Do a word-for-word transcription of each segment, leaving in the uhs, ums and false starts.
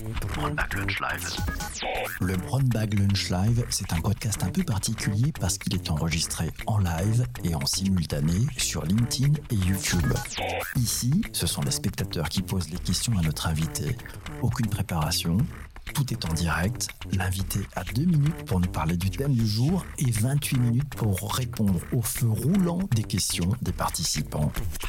Brown Bag Lunch Live. Le Brown Bag Lunch Live, c'est un podcast un peu particulier parce qu'il est enregistré en live et en simultané sur LinkedIn et YouTube. Ici, ce sont les spectateurs qui posent les questions à notre invité. Aucune préparation, tout est en direct. L'invité a deux minutes pour nous parler du thème du jour et vingt-huit minutes pour répondre au feu roulant des questions des participants.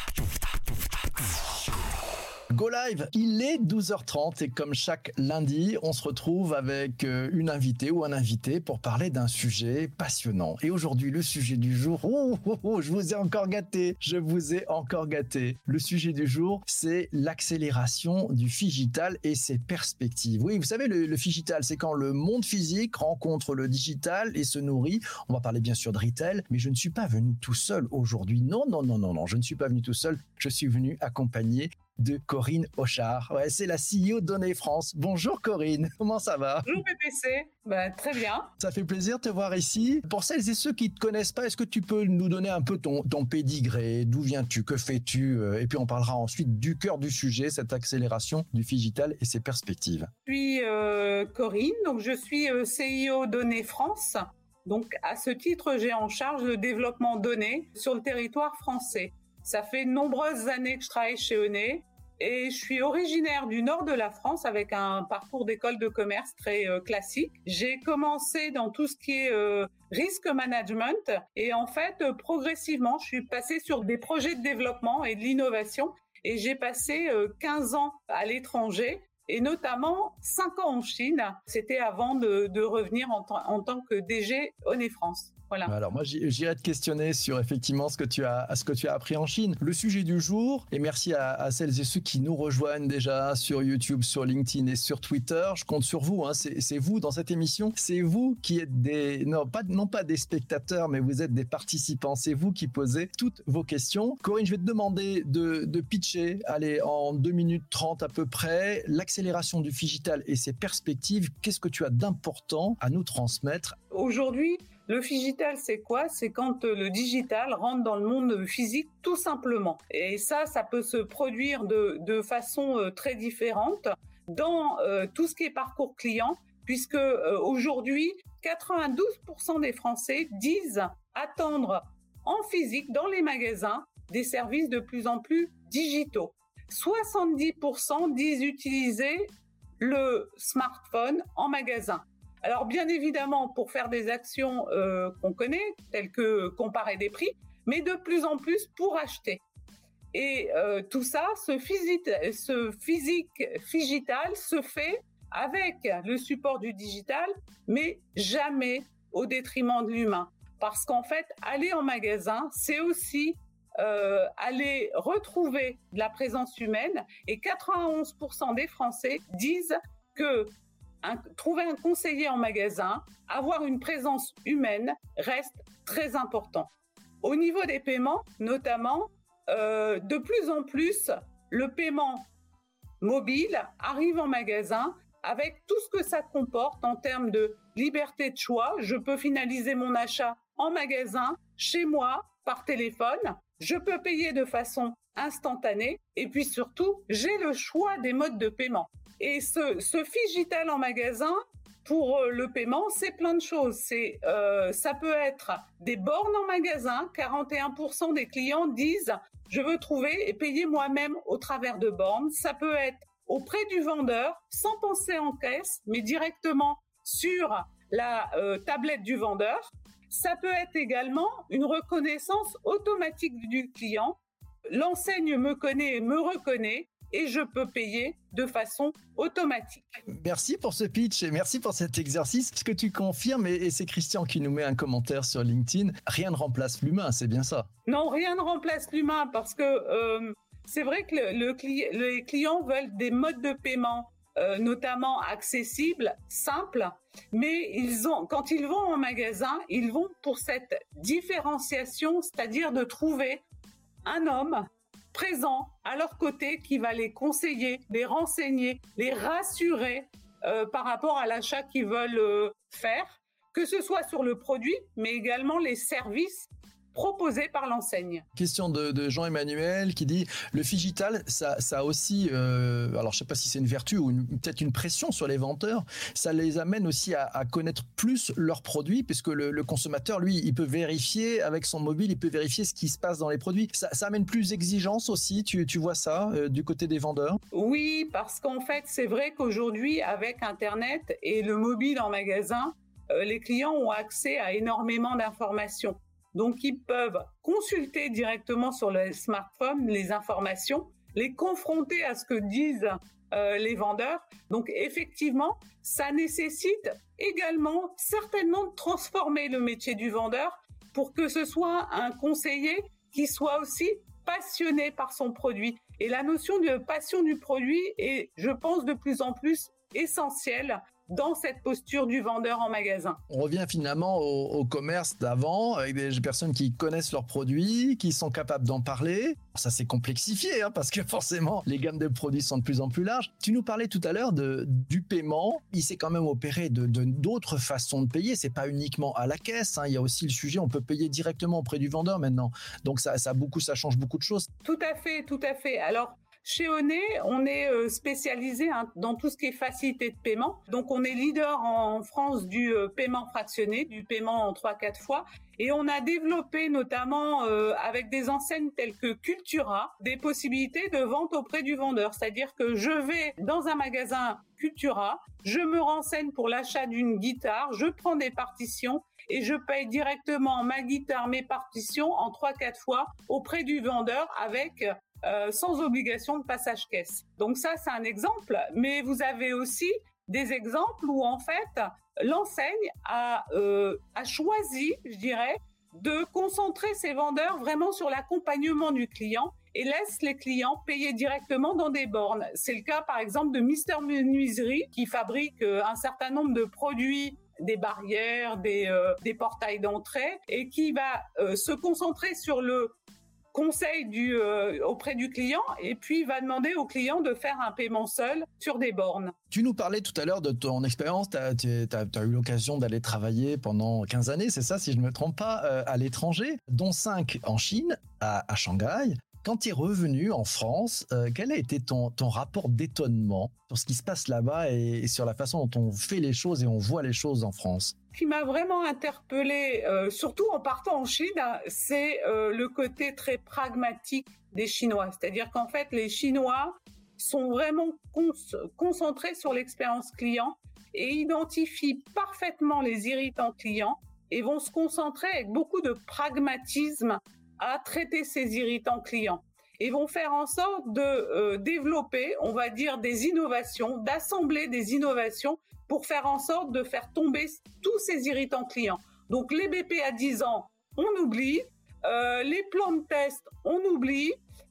Go live, il est douze heures trente et comme chaque lundi, on se retrouve avec une invitée ou un invité pour parler d'un sujet passionnant. Et aujourd'hui, le sujet du jour, oh, oh, oh, je vous ai encore gâté, je vous ai encore gâté. Le sujet du jour, c'est l'accélération du phygital et ses perspectives. Oui, vous savez, le, le phygital, c'est quand le monde physique rencontre le digital et se nourrit. On va parler bien sûr de retail, mais je ne suis pas venu tout seul aujourd'hui. Non, non, non, non, non, je ne suis pas venu tout seul. Je suis venu accompagné de Corinne Auchard. Ouais, c'est la C E O d'Onnet France. Bonjour Corinne, comment ça va? Bonjour P P C, bah, très bien. Ça fait plaisir de te voir ici. Pour celles et ceux qui ne te connaissent pas, est-ce que tu peux nous donner un peu ton, ton pédigré? D'où viens-tu? Que fais-tu? Et puis on parlera ensuite du cœur du sujet, cette accélération du phygital et ses perspectives. Je suis euh, Corinne, donc je suis euh, C E O d'Onnet France. Donc à ce titre, j'ai en charge le développement données sur le territoire français. Ça fait de nombreuses années que je travaille chez Onnet et je suis originaire du nord de la France avec un parcours d'école de commerce très euh, classique. J'ai commencé dans tout ce qui est euh, risk management et en fait, euh, progressivement, je suis passée sur des projets de développement et de l'innovation et j'ai passé euh, quinze ans à l'étranger et notamment cinq ans en Chine. C'était avant de, de revenir en, t- en tant que D G Onnet France. Voilà. Alors moi j'irai te questionner sur effectivement ce que tu as ce que tu as appris en Chine. Le sujet du jour, et merci à, à celles et ceux qui nous rejoignent déjà sur YouTube, sur LinkedIn et sur Twitter. Je compte sur vous, hein. c'est, c'est vous dans cette émission, c'est vous qui êtes des non pas non pas des spectateurs, mais vous êtes des participants. C'est vous qui posez toutes vos questions. Corinne, je vais te demander de, de pitcher, allez en deux minutes trente à peu près, l'accélération du phygital et ses perspectives. Qu'est-ce que tu as d'important à nous transmettre? Aujourd'hui, le phygital, c'est quoi? C'est quand le digital rentre dans le monde physique, tout simplement. Et ça, ça peut se produire de, de façon euh, très différente dans euh, tout ce qui est parcours client, puisque euh, aujourd'hui, quatre-vingt-douze pour cent des Français disent attendre en physique, dans les magasins, des services de plus en plus digitaux. soixante-dix pour cent disent utiliser le smartphone en magasin. Alors bien évidemment pour faire des actions euh, qu'on connaît, telles que comparer des prix, mais de plus en plus pour acheter. Et euh, tout ça, ce physique, ce physique phygital se fait avec le support du digital, mais jamais au détriment de l'humain. Parce qu'en fait, aller en magasin, c'est aussi euh, aller retrouver de la présence humaine. Et quatre-vingt-onze pour cent des Français disent que Un, trouver un conseiller en magasin, avoir une présence humaine reste très important. Au niveau des paiements, notamment, euh, de plus en plus, le paiement mobile arrive en magasin avec tout ce que ça comporte en termes de liberté de choix. Je peux finaliser mon achat en magasin, chez moi, par téléphone. Je peux payer de façon instantanée et puis surtout, j'ai le choix des modes de paiement. Et ce, ce phygital en magasin, pour le paiement, c'est plein de choses. C'est, euh, ça peut être des bornes en magasin. quarante et un pour cent des clients disent « je veux trouver et payer moi-même au travers de bornes ». Ça peut être auprès du vendeur, sans penser en caisse, mais directement sur la euh, tablette du vendeur. Ça peut être également une reconnaissance automatique du client. L'enseigne me connaît et me reconnaît. Et je peux payer de façon automatique. Merci pour ce pitch et merci pour cet exercice. Ce que tu confirmes, et c'est Christian qui nous met un commentaire sur LinkedIn, rien ne remplace l'humain, c'est bien ça? Non, rien ne remplace l'humain parce que euh, c'est vrai que le, le cli- les clients veulent des modes de paiement euh, notamment accessibles, simples, mais ils ont, quand ils vont en magasin, ils vont pour cette différenciation, c'est-à-dire de trouver un homme présent à leur côté qui va les conseiller, les renseigner, les rassurer euh, par rapport à l'achat qu'ils veulent euh, faire, que ce soit sur le produit, mais également les services proposé par l'enseigne. Question de, de Jean-Emmanuel qui dit le Figital, ça, ça a aussi, euh, alors je sais pas si c'est une vertu ou une, peut-être une pression sur les vendeurs, ça les amène aussi à, à connaître plus leurs produits, puisque le, le consommateur, lui, il peut vérifier avec son mobile, il peut vérifier ce qui se passe dans les produits. Ça, ça amène plus d'exigence aussi, tu, tu vois ça euh, du côté des vendeurs? Oui, parce qu'en fait, c'est vrai qu'aujourd'hui, avec Internet et le mobile en magasin, euh, les clients ont accès à énormément d'informations. Donc, ils peuvent consulter directement sur le smartphone les informations, les confronter à ce que disent euh, les vendeurs. Donc, effectivement, ça nécessite également certainement de transformer le métier du vendeur pour que ce soit un conseiller qui soit aussi passionné par son produit. Et la notion de passion du produit est, je pense, de plus en plus essentielle dans cette posture du vendeur en magasin. On revient finalement au, au commerce d'avant, avec des personnes qui connaissent leurs produits, qui sont capables d'en parler. Ça s'est complexifié, hein, parce que forcément, les gammes de produits sont de plus en plus larges. Tu nous parlais tout à l'heure de, du paiement. Il s'est quand même opéré de, de, d'autres façons de payer. C'est pas uniquement à la caisse, hein. Il y a aussi le sujet, on peut payer directement auprès du vendeur maintenant. Donc ça, ça, beaucoup, ça change beaucoup de choses. Tout à fait, tout à fait. Alors, chez Onet, on est spécialisé hein, dans tout ce qui est facilité de paiement. Donc, on est leader en France du euh, paiement fractionné, du paiement en trois quatre fois. Et on a développé notamment euh, avec des enseignes telles que Cultura, des possibilités de vente auprès du vendeur. C'est-à-dire que je vais dans un magasin Cultura, je me renseigne pour l'achat d'une guitare, je prends des partitions et je paye directement ma guitare, mes partitions en trois quatre fois auprès du vendeur avec... Euh, sans obligation de passage caisse. Donc ça, c'est un exemple, mais vous avez aussi des exemples où en fait, l'enseigne a, euh, a choisi, je dirais, de concentrer ses vendeurs vraiment sur l'accompagnement du client et laisse les clients payer directement dans des bornes. C'est le cas par exemple de Mister Menuiserie qui fabrique euh, un certain nombre de produits, des barrières, des, euh, des portails d'entrée et qui va euh, se concentrer sur le conseil du, euh, auprès du client et puis va demander au client de faire un paiement seul sur des bornes. Tu nous parlais tout à l'heure de ton expérience, tu as eu l'occasion d'aller travailler pendant quinze années, c'est ça si je ne me trompe pas, euh, à l'étranger, dont cinq en Chine, à, à Shanghai. Quand tu es revenu en France, euh, quel a été ton, ton rapport d'étonnement sur ce qui se passe là-bas et, et sur la façon dont on fait les choses et on voit les choses en France? Ce qui m'a vraiment interpellée, euh, surtout en partant en Chine, c'est euh, le côté très pragmatique des Chinois. C'est-à-dire qu'en fait, les Chinois sont vraiment cons- concentrés sur l'expérience client et identifient parfaitement les irritants clients et vont se concentrer avec beaucoup de pragmatisme à traiter ces irritants clients et vont faire en sorte de euh, développer, on va dire, des innovations, d'assembler des innovations pour faire en sorte de faire tomber tous ces irritants clients. Donc les B P à dix ans, on oublie, euh, les plans de test, on oublie,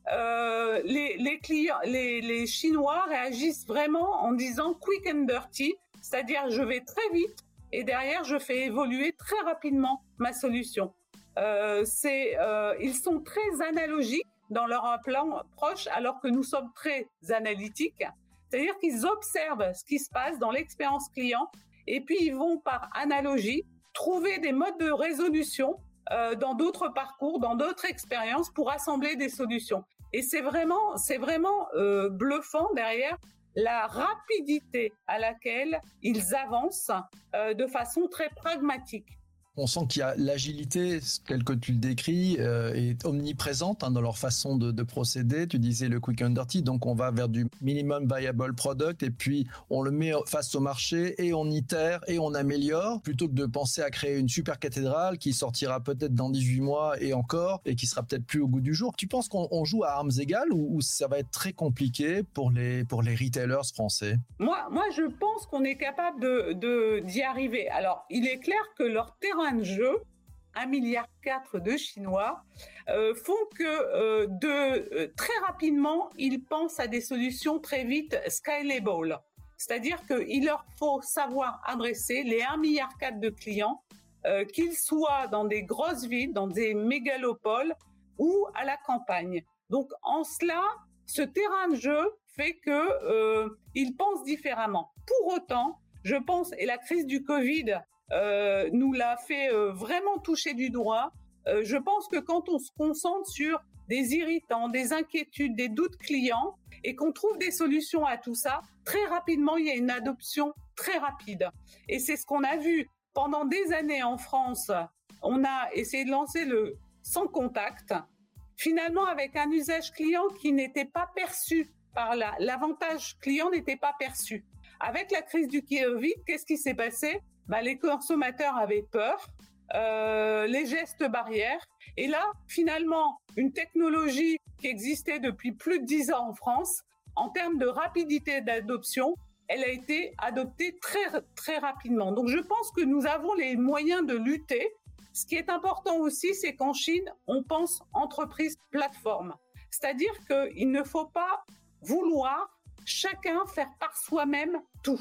euh, les, les clients, les, les Chinois réagissent vraiment en disant quick and dirty, c'est-à-dire je vais très vite et derrière je fais évoluer très rapidement ma solution. Euh, c'est, euh, ils sont très analogiques dans leur plan proche alors que nous sommes très analytiques. C'est-à-dire qu'ils observent ce qui se passe dans l'expérience client et puis ils vont par analogie trouver des modes de résolution euh, dans d'autres parcours, dans d'autres expériences pour assembler des solutions. Et c'est vraiment, c'est vraiment euh, bluffant derrière la rapidité à laquelle ils avancent euh, de façon très pragmatique. On sent qu'il y a l'agilité, telle que tu le décris, euh, est omniprésente hein, dans leur façon de, de procéder. Tu disais le quick and dirty, donc on va vers du minimum viable product et puis on le met face au marché et on itère et on améliore plutôt que de penser à créer une super cathédrale qui sortira peut-être dans dix-huit mois et encore et qui sera peut-être plus au goût du jour. Tu penses qu'on on joue à armes égales ou, ou ça va être très compliqué pour les, pour les retailers français? Moi, moi, je pense qu'on est capable de, de, d'y arriver. Alors, il est clair que leur terrain de jeu, un virgule quatre milliard de Chinois, euh, font que euh, de, euh, très rapidement, ils pensent à des solutions très vite scalable. C'est-à-dire qu'il leur faut savoir adresser les un virgule quatre milliard de clients, euh, qu'ils soient dans des grosses villes, dans des mégalopoles ou à la campagne. Donc, en cela, ce terrain de jeu fait que euh, ils pensent différemment. Pour autant, je pense, et la crise du Covid Euh, nous l'a fait euh, vraiment toucher du doigt. euh, je pense que quand on se concentre sur des irritants, des inquiétudes, des doutes clients et qu'on trouve des solutions à tout ça, très rapidement, il y a une adoption très rapide. Et c'est ce qu'on a vu pendant des années en France. On a essayé de lancer le sans contact, finalement avec un usage client qui n'était pas perçu par là. L'avantage client n'était pas perçu. Avec la crise du Covid, qu'est-ce qui s'est passé? Ben, les consommateurs avaient peur, euh, les gestes barrières. Et là, finalement, une technologie qui existait depuis plus de dix ans en France, en termes de rapidité d'adoption, elle a été adoptée très, très rapidement. Donc, je pense que nous avons les moyens de lutter. Ce qui est important aussi, c'est qu'en Chine, on pense entreprise plateforme. C'est-à-dire qu'il ne faut pas vouloir chacun faire par soi-même tout.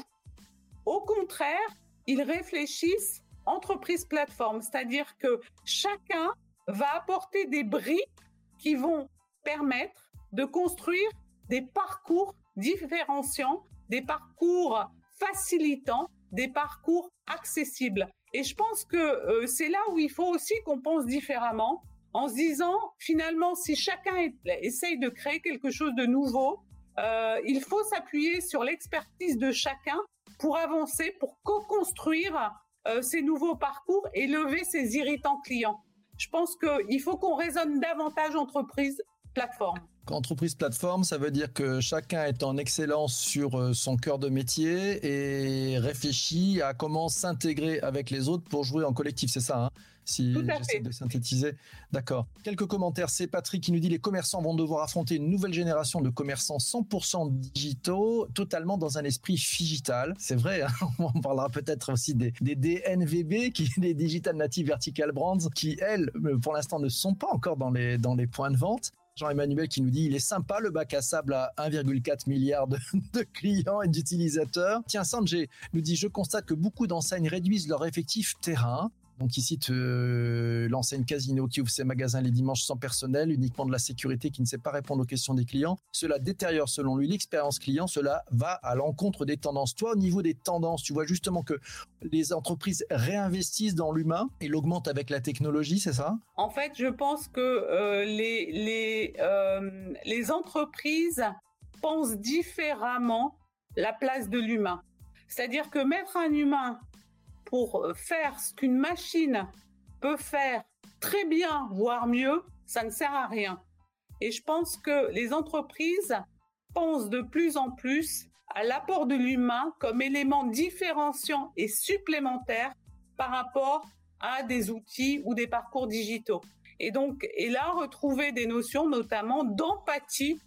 Au contraire, ils réfléchissent entreprise plateforme, c'est-à-dire que chacun va apporter des briques qui vont permettre de construire des parcours différenciants, des parcours facilitants, des parcours accessibles. Et je pense que euh, c'est là où il faut aussi qu'on pense différemment, en se disant, finalement, si chacun est, essaye de créer quelque chose de nouveau, euh, il faut s'appuyer sur l'expertise de chacun pour avancer, pour co-construire euh, ces nouveaux parcours et lever ces irritants clients. Je pense qu'il faut qu'on raisonne davantage entreprise, plateforme. Entreprise plateforme, ça veut dire que chacun est en excellence sur son cœur de métier et réfléchit à comment s'intégrer avec les autres pour jouer en collectif, c'est ça, hein, si j'essaie de synthétiser. D'accord. Quelques commentaires. C'est Patrick qui nous dit: les commerçants vont devoir affronter une nouvelle génération de commerçants cent pour cent digitaux, totalement dans un esprit digital. C'est vrai, hein, on parlera peut-être aussi des, des D N V B, qui des Digital Native Vertical Brands, qui elles, pour l'instant, ne sont pas encore dans les, dans les points de vente. Jean-Emmanuel qui nous dit: il est sympa le bac à sable à un virgule quatre milliard de, de clients et d'utilisateurs. Tiens, Sanjay nous dit: je constate que beaucoup d'enseignes réduisent leur effectif terrain. Donc il cite euh, l'enseigne Casino qui ouvre ses magasins les dimanches sans personnel, uniquement de la sécurité, qui ne sait pas répondre aux questions des clients. Cela détériore selon lui l'expérience client, cela va à l'encontre des tendances. Toi, au niveau des tendances, tu vois justement que les entreprises réinvestissent dans l'humain et l'augmentent avec la technologie, c'est ça? En fait, je pense que euh, les, les, euh, les entreprises pensent différemment la place de l'humain. C'est-à-dire que mettre un humain pour faire ce qu'une machine peut faire très bien, voire mieux, ça ne sert à rien. Et je pense que les entreprises pensent de plus en plus à l'apport de l'humain comme élément différenciant et supplémentaire par rapport à des outils ou des parcours digitaux. Et donc, et là, retrouver des notions notamment d'empathie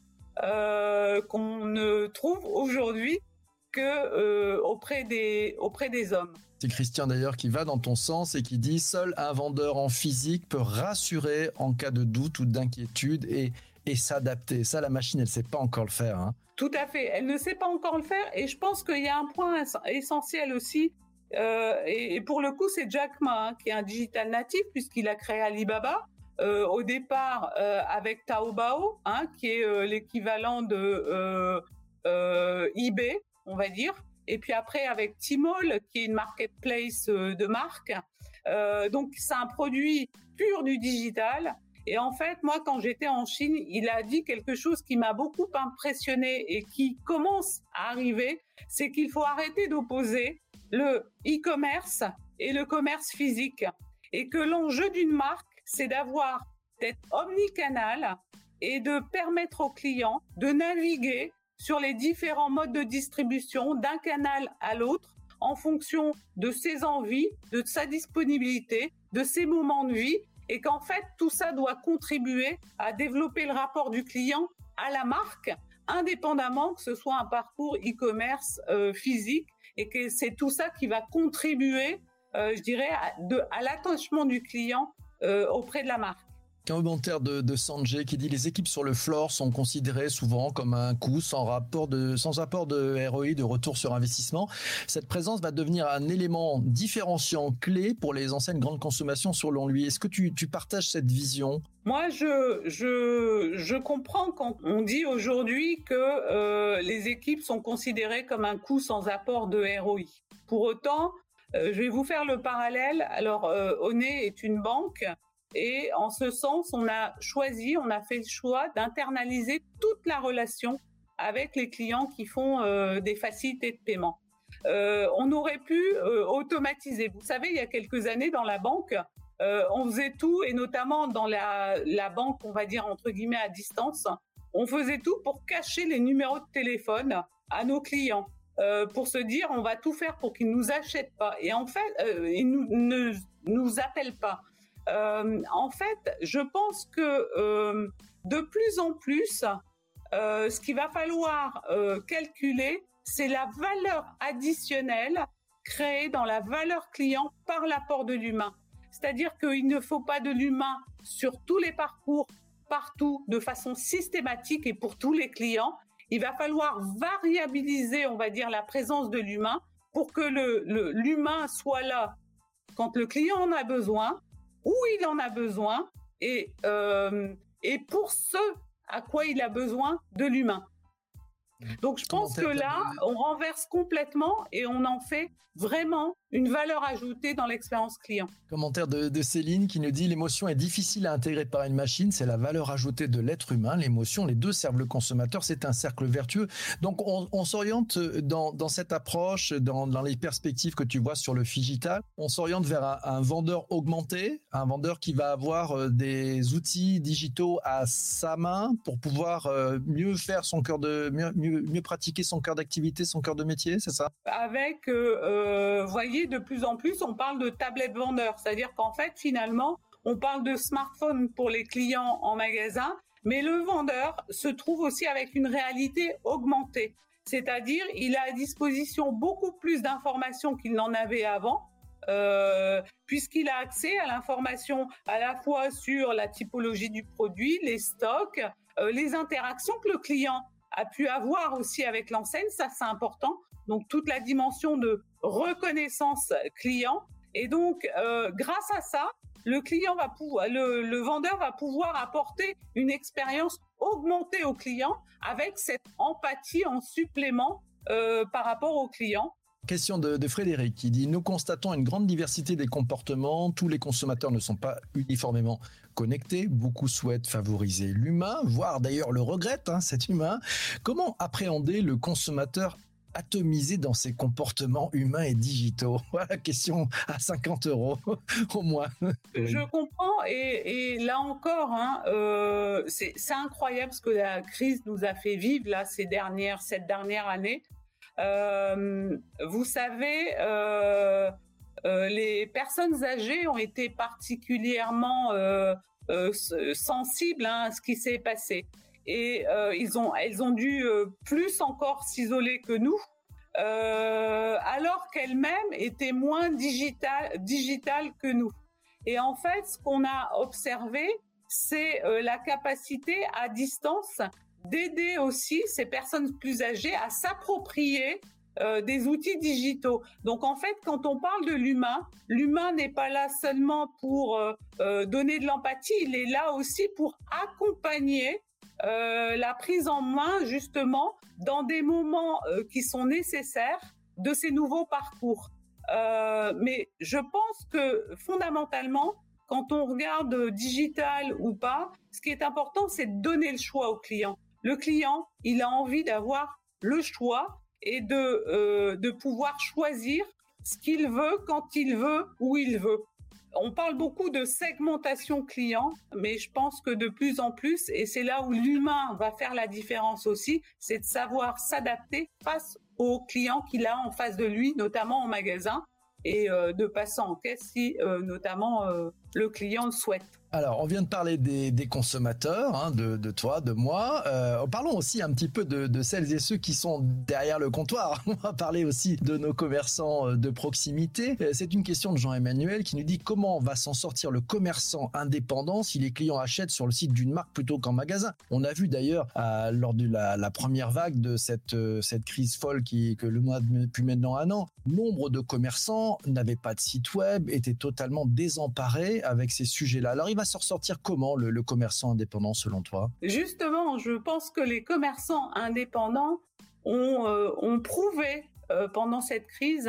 euh, qu'on ne trouve aujourd'hui que euh, auprès des, auprès des hommes. C'est Christian d'ailleurs qui va dans ton sens et qui dit: seul un vendeur en physique peut rassurer en cas de doute ou d'inquiétude et, et s'adapter. Ça, la machine, elle ne sait pas encore le faire, hein. Tout à fait, elle ne sait pas encore le faire, et je pense qu'il y a un point essentiel aussi, euh, et, et pour le coup, c'est Jack Ma, hein, qui est un digital natif puisqu'il a créé Alibaba. Euh, au départ euh, avec Taobao, hein, qui est euh, l'équivalent de euh, euh, eBay, on va dire. Et puis après avec Tmall, qui est une marketplace de marque. Euh, donc c'est un produit pur du digital. Et en fait, moi, quand j'étais en Chine, il a dit quelque chose qui m'a beaucoup impressionné et qui commence à arriver, c'est qu'il faut arrêter d'opposer le e-commerce et le commerce physique. Et que l'enjeu d'une marque, c'est d'avoir, d'être omnicanal et de permettre aux clients de naviguer sur les différents modes de distribution d'un canal à l'autre en fonction de ses envies, de sa disponibilité, de ses moments de vie, et qu'en fait, tout ça doit contribuer à développer le rapport du client à la marque, indépendamment que ce soit un parcours e-commerce euh, physique, et que c'est tout ça qui va contribuer, euh, je dirais, à, de, à l'attachement du client euh, auprès de la marque. Un commentaire de, de Sanjay qui dit: les équipes sur le floor sont considérées souvent comme un coût sans rapport de, sans apport de R O I, de retour sur investissement. Cette présence va devenir un élément différenciant clé pour les enseignes grande consommation selon lui. Est-ce que tu, tu partages cette vision? Moi, je, je, je comprends quand on dit aujourd'hui que euh, les équipes sont considérées comme un coût sans apport de R O I. Pour autant, euh, je vais vous faire le parallèle. Alors, euh, Onet est une banque. Et en ce sens, on a choisi, on a fait le choix d'internaliser toute la relation avec les clients qui font euh, des facilités de paiement. Euh, on aurait pu euh, automatiser. Vous savez, il y a quelques années dans la banque, euh, on faisait tout, et notamment dans la, la banque, on va dire entre guillemets à distance, on faisait tout pour cacher les numéros de téléphone à nos clients, euh, pour se dire on va tout faire pour qu'ils nous achètent pas. Et en fait, euh, ils nous, ne nous appellent pas. Euh, en fait, je pense que euh, de plus en plus, euh, ce qu'il va falloir euh, calculer, c'est la valeur additionnelle créée dans la valeur client par l'apport de l'humain. C'est-à-dire qu'il ne faut pas de l'humain sur tous les parcours, partout, de façon systématique et pour tous les clients. Il va falloir variabiliser, on va dire, la présence de l'humain pour que le, le, l'humain soit là quand le client en a besoin, où il en a besoin, et, euh, et pour ce à quoi il a besoin de l'humain. Donc je pense que là, on renverse complètement et on en fait vraiment une valeur ajoutée dans l'expérience client. Commentaire de, de Céline qui nous dit « L'émotion est difficile à intégrer par une machine, c'est la valeur ajoutée de l'être humain. L'émotion, les deux servent le consommateur, c'est un cercle vertueux. » Donc on, on s'oriente dans, dans cette approche, dans, dans les perspectives que tu vois sur le Figital, on s'oriente vers un, un vendeur augmenté, un vendeur qui va avoir des outils digitaux à sa main pour pouvoir mieux faire son cœur de... mieux, mieux, mieux pratiquer son cœur d'activité, son cœur de métier, c'est ça? Avec, euh, vous voyez, de plus en plus, on parle de tablette vendeur. C'est-à-dire qu'en fait, finalement, on parle de smartphone pour les clients en magasin, mais le vendeur se trouve aussi avec une réalité augmentée. C'est-à-dire, il a à disposition beaucoup plus d'informations qu'il n'en avait avant, euh, puisqu'il a accès à l'information à la fois sur la typologie du produit, les stocks, euh, les interactions que le client a pu avoir aussi avec l'enseigne, ça c'est important. Donc toute la dimension de reconnaissance client. Et donc euh, grâce à ça, le client va pouvoir, le, le vendeur va pouvoir apporter une expérience augmentée au client avec cette empathie en supplément euh, par rapport au client. Question de, de Frédéric qui dit « Nous constatons une grande diversité des comportements. Tous les consommateurs ne sont pas uniformément connectés. Beaucoup souhaitent favoriser l'humain, voire d'ailleurs le regrettent, hein, cet humain. Comment appréhender le consommateur atomisé dans ses comportements humains et digitaux ?» Voilà, question à cinquante euros au moins. Je comprends et, et là encore, hein, euh, c'est, c'est incroyable ce que la crise nous a fait vivre là ces dernières, cette dernière année. Euh, vous savez, euh, euh, les personnes âgées ont été particulièrement euh, euh, sensibles, hein, à ce qui s'est passé. Et euh, ils ont, elles ont dû euh, plus encore s'isoler que nous, euh, alors qu'elles-mêmes étaient moins digitales, digitales que nous. Et en fait, ce qu'on a observé, c'est euh, la capacité à distance d'aider aussi ces personnes plus âgées à s'approprier euh, des outils digitaux. Donc en fait, quand on parle de l'humain, l'humain n'est pas là seulement pour euh, euh, donner de l'empathie, il est là aussi pour accompagner Euh, la prise en main justement dans des moments euh, qui sont nécessaires de ces nouveaux parcours. Euh, mais je pense que fondamentalement, quand on regarde digital ou pas, ce qui est important, c'est de donner le choix au client. Le client, il a envie d'avoir le choix et de, euh, de pouvoir choisir ce qu'il veut, quand il veut, où il veut. On parle beaucoup de segmentation client, mais je pense que de plus en plus, et c'est là où l'humain va faire la différence aussi, c'est de savoir s'adapter face aux clients qu'il a en face de lui, notamment en magasin, et euh, de passer en caisse si euh, notamment euh, le client le souhaite. Alors, on vient de parler des, des consommateurs, hein, de, de toi, de moi. Euh, parlons aussi un petit peu de, de celles et ceux qui sont derrière le comptoir. On va parler aussi de nos commerçants de proximité. C'est une question de Jean-Emmanuel qui nous dit comment va s'en sortir le commerçant indépendant si les clients achètent sur le site d'une marque plutôt qu'en magasin. On a vu d'ailleurs euh, lors de la, la première vague de cette, euh, cette crise folle qui, que le mois depuis maintenant un an, nombre de commerçants n'avaient pas de site web, étaient totalement désemparés avec ces sujets-là. Alors, il va se ressortir comment le, le commerçant indépendant selon toi? Justement, je pense que les commerçants indépendants ont, euh, ont prouvé euh, pendant cette crise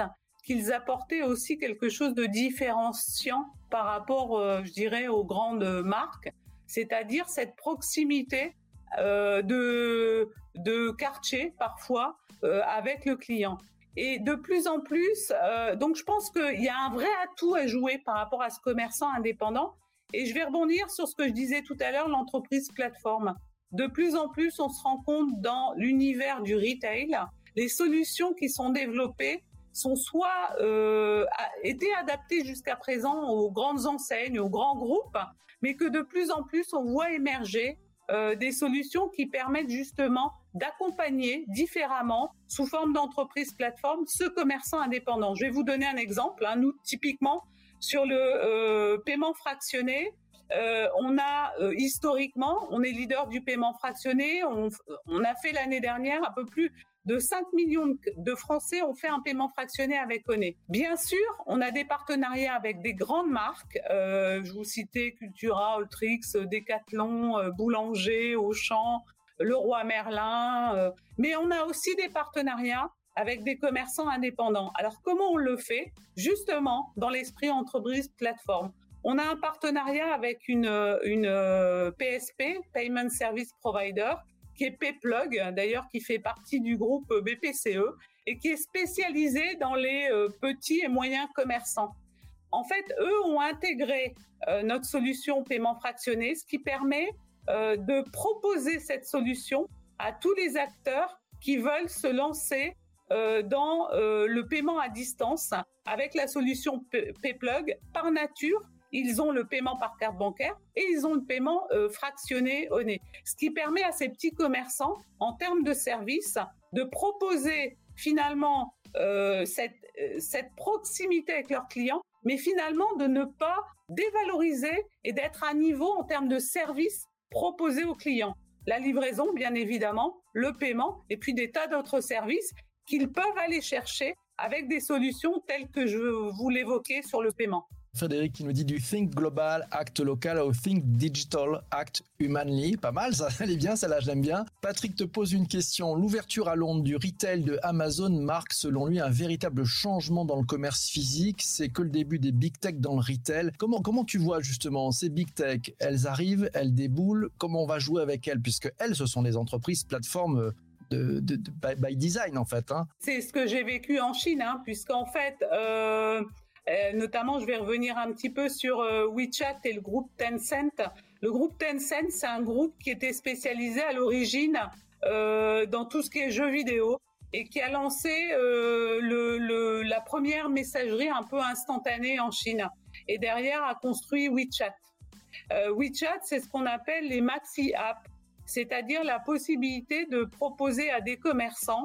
qu'ils apportaient aussi quelque chose de différenciant par rapport, euh, je dirais, aux grandes marques, c'est-à-dire cette proximité euh, de, de quartier parfois euh, avec le client. Et de plus en plus, euh, donc je pense qu'il y a un vrai atout à jouer par rapport à ce commerçant indépendant. Et je vais rebondir sur ce que je disais tout à l'heure, l'entreprise plateforme. De plus en plus, on se rend compte dans l'univers du retail, les solutions qui sont développées sont soit euh, été adaptées jusqu'à présent aux grandes enseignes, aux grands groupes, mais que de plus en plus, on voit émerger euh, des solutions qui permettent justement d'accompagner différemment, sous forme d'entreprise plateforme, ce commerçant indépendant. Je vais vous donner un exemple. Hein. Nous, typiquement, sur le euh, paiement fractionné, euh, on a euh, historiquement, on est leader du paiement fractionné. On, on a fait l'année dernière un peu plus de cinq millions de Français ont fait un paiement fractionné avec Onet. Bien sûr, on a des partenariats avec des grandes marques. Euh, je vous citais Cultura, Ultrix, Decathlon, euh, Boulanger, Auchan, Leroy Merlin. Euh, mais on a aussi des partenariats avec des commerçants indépendants. Alors, comment on le fait? Justement, dans l'esprit entreprise plateforme. On a un partenariat avec une, une P S P, Payment Service Provider, qui est Payplug, d'ailleurs, qui fait partie du groupe B P C E et qui est spécialisé dans les euh, petits et moyens commerçants. En fait, eux ont intégré euh, notre solution paiement fractionné, ce qui permet euh, de proposer cette solution à tous les acteurs qui veulent se lancer euh, dans euh, le paiement à distance avec la solution Payplug. Par nature, ils ont le paiement par carte bancaire et ils ont le paiement euh, fractionné Onet. Ce qui permet à ces petits commerçants, en termes de services, de proposer finalement euh, cette, euh, cette proximité avec leurs clients, mais finalement de ne pas dévaloriser et d'être à niveau en termes de services proposés aux clients. La livraison, bien évidemment, le paiement et puis des tas d'autres services qu'ils peuvent aller chercher avec des solutions telles que je vous l'évoquais sur le paiement. Frédéric qui nous dit du Think Global, Act Local au Think Digital, Act Humanly. Pas mal, ça, elle est bien, celle-là, je l'aime bien. Patrick te pose une question. L'ouverture à Londres du retail de Amazon marque, selon lui, un véritable changement dans le commerce physique. C'est que le début des big tech dans le retail. Comment, comment tu vois justement ces big tech? Elles arrivent, elles déboulent. Comment on va jouer avec elles? Puisque elles, ce sont des entreprises plateformes de, de, de by design, en fait. Hein. C'est ce que j'ai vécu en Chine, hein, puisqu'en fait... Euh... Euh, notamment, je vais revenir un petit peu sur euh, WeChat et le groupe Tencent. Le groupe Tencent, c'est un groupe qui était spécialisé à l'origine euh, dans tout ce qui est jeux vidéo et qui a lancé euh, le, le, la première messagerie un peu instantanée en Chine. Et derrière, a construit WeChat. Euh, WeChat, c'est ce qu'on appelle les maxi apps, c'est-à-dire la possibilité de proposer à des commerçants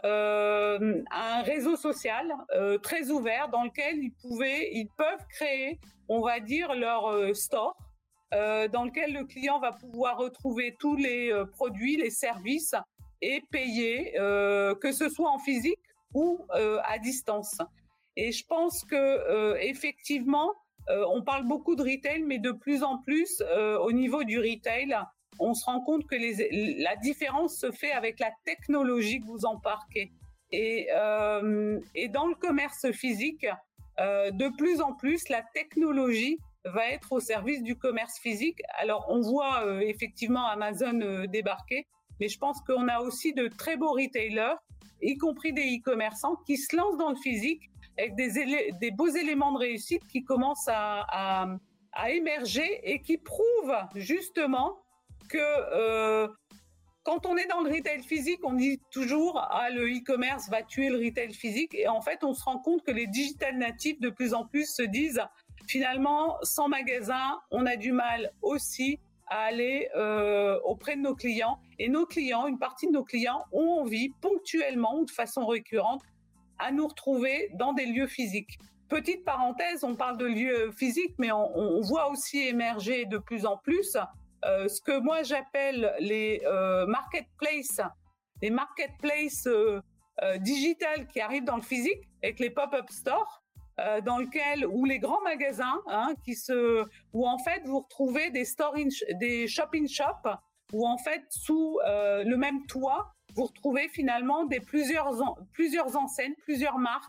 Euh, un réseau social euh, très ouvert dans lequel ils pouvaient, ils peuvent créer, on va dire, leur euh, store, euh, dans lequel le client va pouvoir retrouver tous les euh, produits, les services et payer, euh, que ce soit en physique ou euh, à distance. Et je pense que euh, effectivement, euh, on parle beaucoup de retail, mais de plus en plus euh, au niveau du retail, on se rend compte que les, la différence se fait avec la technologie que vous embarquez. Et, euh, et dans le commerce physique, euh, de plus en plus, la technologie va être au service du commerce physique. Alors, on voit euh, effectivement Amazon euh, débarquer, mais je pense qu'on a aussi de très beaux retailers, y compris des e-commerçants, qui se lancent dans le physique avec des, élé- des beaux éléments de réussite qui commencent à, à, à émerger et qui prouvent justement que euh, quand on est dans le retail physique, on dit toujours « Ah, le e-commerce va tuer le retail physique ». Et en fait, on se rend compte que les digital natifs, de plus en plus, se disent « Finalement, sans magasin, on a du mal aussi à aller euh, auprès de nos clients. » Et nos clients, une partie de nos clients, ont envie, ponctuellement ou de façon récurrente, à nous retrouver dans des lieux physiques. Petite parenthèse, on parle de lieux physiques, mais on, on voit aussi émerger de plus en plus Euh, ce que moi j'appelle les euh, marketplaces, les marketplaces euh, euh, digitales qui arrivent dans le physique, avec les pop-up stores, euh, dans lequel ou les grands magasins, hein, qui se, où en fait vous retrouvez des store in, des shop-in shop, où en fait sous euh, le même toit vous retrouvez finalement des plusieurs en, plusieurs enseignes, plusieurs marques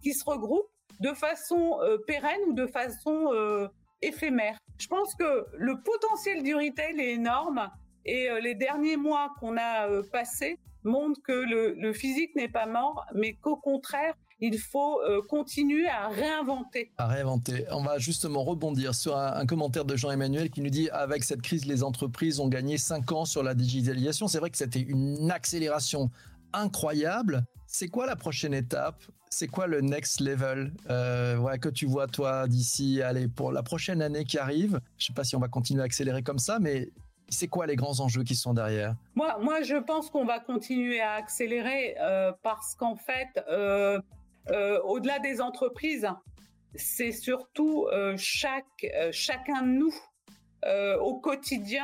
qui se regroupent de façon euh, pérenne ou de façon euh, éphémère. Je pense que le potentiel du retail est énorme et euh, les derniers mois qu'on a euh, passés montrent que le, le physique n'est pas mort, mais qu'au contraire, il faut euh, continuer à réinventer. À réinventer. On va justement rebondir sur un, un commentaire de Jean-Emmanuel qui nous dit « Avec cette crise, les entreprises ont gagné cinq ans sur la digitalisation ». C'est vrai que c'était une accélération incroyable. C'est quoi la prochaine étape ? C'est quoi le next level euh, ouais, que tu vois, toi, d'ici, allez, pour la prochaine année qui arrive ? Je ne sais pas si on va continuer à accélérer comme ça, mais c'est quoi les grands enjeux qui sont derrière ? Moi, moi, je pense qu'on va continuer à accélérer euh, parce qu'en fait, euh, euh, au-delà des entreprises, c'est surtout euh, chaque, euh, chacun de nous euh, au quotidien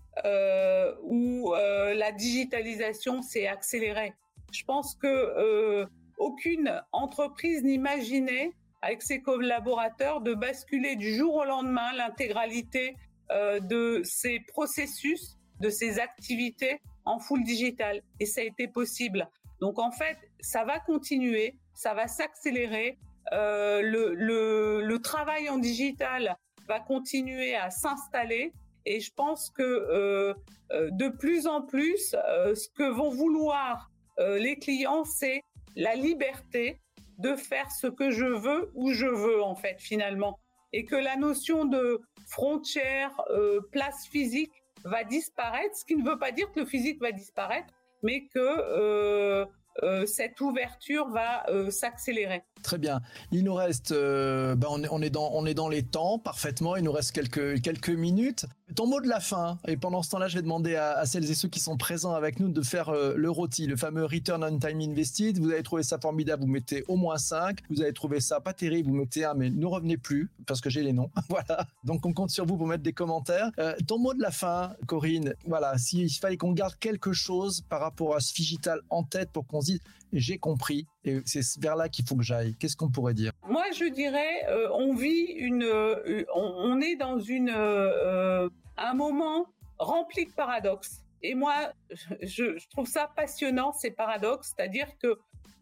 euh, où euh, la digitalisation s'est accélérée. Je pense que euh, aucune entreprise n'imaginait, avec ses collaborateurs, de basculer du jour au lendemain l'intégralité euh, de ses processus, de ses activités en full digital. Et ça a été possible. Donc en fait, ça va continuer, ça va s'accélérer. Euh, le, le, le travail en digital va continuer à s'installer. Et je pense que euh, euh, de plus en plus, euh, ce que vont vouloir euh, les clients, c'est la liberté de faire ce que je veux où je veux, en fait, finalement. Et que la notion de frontière, euh, place physique va disparaître, ce qui ne veut pas dire que le physique va disparaître, mais que euh, euh, cette ouverture va euh, s'accélérer. Très bien. Il nous reste, euh, ben on est, on est dans, on est dans les temps parfaitement. Il nous reste quelques, quelques minutes. Ton mot de la fin. Et pendant ce temps-là, je vais demander à, à celles et ceux qui sont présents avec nous de faire euh, le R O T I, le fameux Return on Time Invested. Vous avez trouvé ça formidable, vous mettez au moins cinq. Vous avez trouvé ça pas terrible, vous mettez un, mais ne revenez plus parce que j'ai les noms. Voilà. Donc on compte sur vous pour mettre des commentaires. Euh, ton mot de la fin, Corinne. Voilà. S'il fallait qu'on garde quelque chose par rapport à ce Figital en tête pour qu'on se dise j'ai compris et c'est vers là qu'il faut que j'aille. Qu'est-ce qu'on pourrait dire ? Moi, je dirais, euh, on vit une, euh, on, on est dans une euh, un moment rempli de paradoxes. Et moi, je, je trouve ça passionnant ces paradoxes, c'est-à-dire que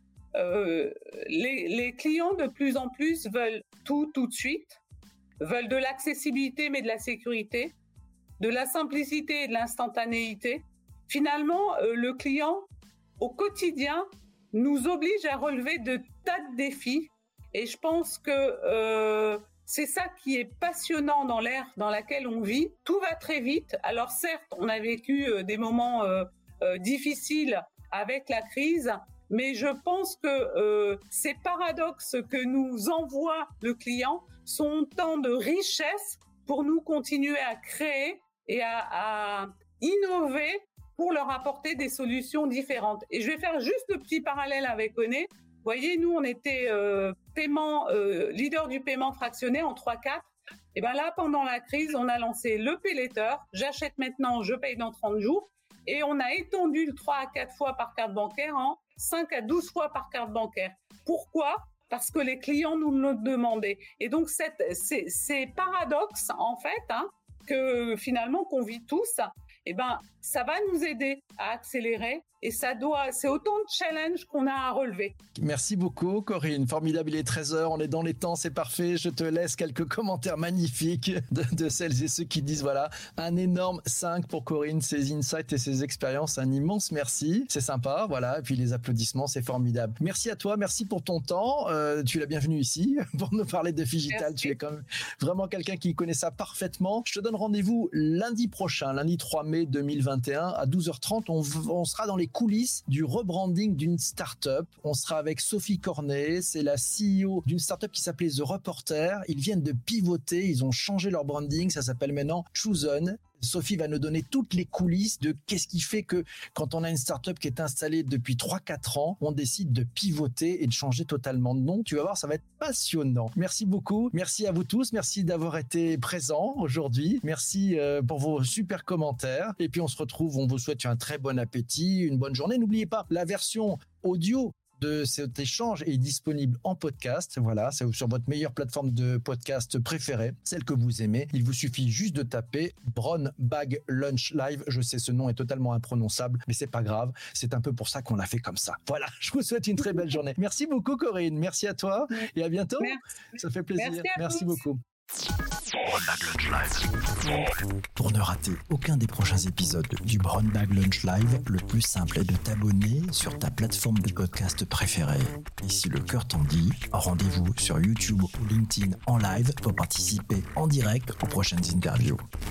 euh, les, les clients de plus en plus veulent tout tout de suite, veulent de l'accessibilité mais de la sécurité, de la simplicité et de l'instantanéité. Finalement, euh, le client au quotidien nous oblige à relever de tas de défis et je pense que euh, c'est ça qui est passionnant dans l'ère dans laquelle on vit. Tout va très vite. Alors certes, on a vécu euh, des moments euh, euh, difficiles avec la crise, mais je pense que euh, ces paradoxes que nous envoie le client sont tant de richesses pour nous continuer à créer et à, à innover pour leur apporter des solutions différentes. Et je vais faire juste le petit parallèle avec Onet. Vous voyez, nous, on était euh, paiement, euh, leader du paiement fractionné en trois quatre. Et bien là, pendant la crise, on a lancé le Pay Later. J'achète maintenant, je paye dans trente jours. Et on a étendu le trois à quatre fois par carte bancaire en cinq à douze fois par carte bancaire. Pourquoi ? Parce que les clients nous le demandaient. Et donc, cette, ces, ces paradoxes, en fait, hein, que finalement, qu'on vit tous, eh ben, ça va nous aider à accélérer et ça doit, c'est autant de challenges qu'on a à relever. Merci beaucoup, Corinne. Formidable, il est treize heures, on est dans les temps, c'est parfait. Je te laisse quelques commentaires magnifiques de, de celles et ceux qui disent voilà, un énorme cinq pour Corinne, ses insights et ses expériences. Un immense merci. C'est sympa, voilà. Et puis les applaudissements, c'est formidable. Merci à toi, merci pour ton temps. Euh, tu es la bienvenue ici pour nous parler de Figital. Merci. Tu es quand même vraiment quelqu'un qui connaît ça parfaitement. Je te donne rendez-vous lundi prochain, lundi trois mai deux mille vingt et un à douze heures trente. On, on sera dans les coulisses du rebranding d'une start-up. On sera avec Sophie Cornet, c'est la C E O d'une start-up qui s'appelait The Reporter. Ils viennent de pivoter, ils ont changé leur branding, ça s'appelle maintenant Chosen. Sophie va nous donner toutes les coulisses de qu'est-ce qui fait que quand on a une start-up qui est installée depuis trois à quatre ans, on décide de pivoter et de changer totalement de nom. Tu vas voir, ça va être passionnant. Merci beaucoup. Merci à vous tous. Merci d'avoir été présents aujourd'hui. Merci pour vos super commentaires. Et puis on se retrouve, on vous souhaite un très bon appétit, une bonne journée. N'oubliez pas, la version audio de cet échange est disponible en podcast. Voilà, c'est sur votre meilleure plateforme de podcast préférée, celle que vous aimez. Il vous suffit juste de taper Brown Bag Lunch Live. Je sais, ce nom est totalement imprononçable, mais c'est pas grave. C'est un peu pour ça qu'on l'a fait comme ça. Voilà, je vous souhaite une très belle journée. Merci beaucoup, Corinne. Merci à toi et à bientôt. Merci. Ça fait plaisir. Merci, Merci beaucoup. Brown Bag Lunch Live. Pour ne rater aucun des prochains épisodes du Brown Bag Lunch Live, le plus simple est de t'abonner sur ta plateforme de podcast préférée. Et si le cœur t'en dit, rendez-vous sur YouTube ou LinkedIn en live pour participer en direct aux prochaines interviews.